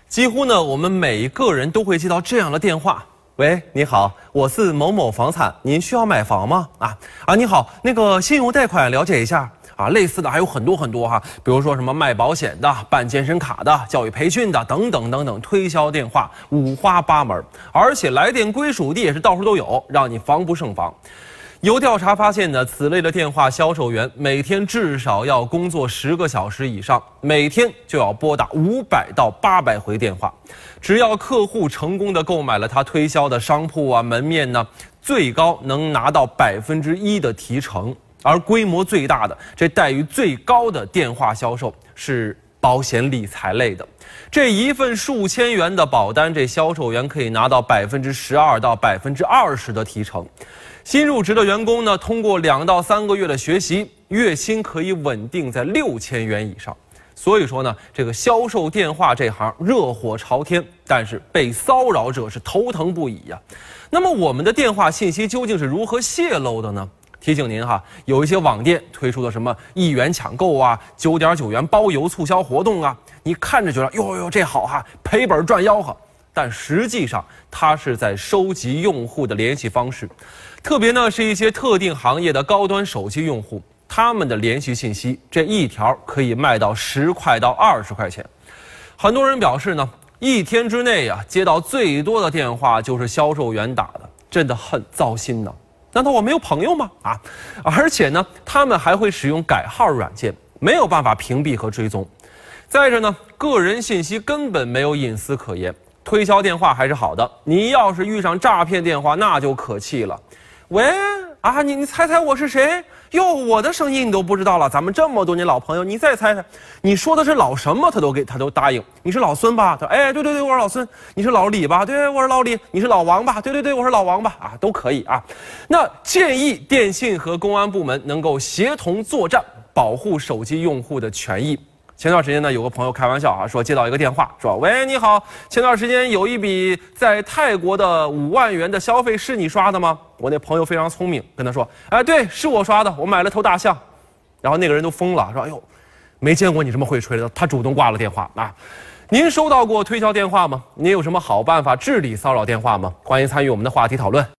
几乎呢，我们每一个人都会接到这样的电话。喂，你好，我是某某房产，您需要买房吗？你好，那个信用贷款了解一下啊。类似的还有很多哈，比如说什么卖保险的、办健身卡的、教育培训的等等，推销电话五花八门，而且来电归属地也是到处都有，让你防不胜防。有调查发现呢，此类的电话销售员每天至少要工作10个小时以上，每天就要拨打500到800回电话。只要客户成功的购买了他推销的商铺门面呢，最高能拿到1%的提成。而规模最大的、这待遇最高的电话销售是保险理财类的。这一份数千元的保单，这销售员可以拿到12%到20%的提成。新入职的员工呢，通过2到3个月的学习，月薪可以稳定在6000元以上。所以说呢，这个销售电话这行热火朝天，但是被骚扰者是头疼不已呀。那么我们的电话信息究竟是如何泄露的呢？提醒您有一些网店推出的什么1元抢购9.9元包邮促销活动你看着觉得哟这好赔本赚吆喝，但实际上它是在收集用户的联系方式，特别呢是一些特定行业的高端手机用户，他们的联系信息这一条可以卖到10块到20块钱。很多人表示呢，一天之内接到最多的电话就是销售员打的，真的很糟心呢。难道我没有朋友吗？而且呢，他们还会使用改号软件，没有办法屏蔽和追踪。再者呢，个人信息根本没有隐私可言。推销电话还是好的，你要是遇上诈骗电话，那就可气了。喂，你猜猜我是谁？哟，我的声音你都不知道了，咱们这么多年老朋友，你再猜猜，你说的是老什么？他都答应。你是老孙吧？他说，对，我是老孙。你是老李吧？对，我是老李。你是老王吧？对，我是老王吧？都可以那建议电信和公安部门能够协同作战，保护手机用户的权益。前段时间呢，有个朋友开玩笑说接到一个电话，说喂，你好，前段时间有一笔在泰国的5万元的消费是你刷的吗？我那朋友非常聪明，跟他说，对，是我刷的，我买了头大象。然后那个人都疯了，说，哎呦，没见过你这么会吹的。他主动挂了电话您收到过推销电话吗？您有什么好办法治理骚扰电话吗？欢迎参与我们的话题讨论。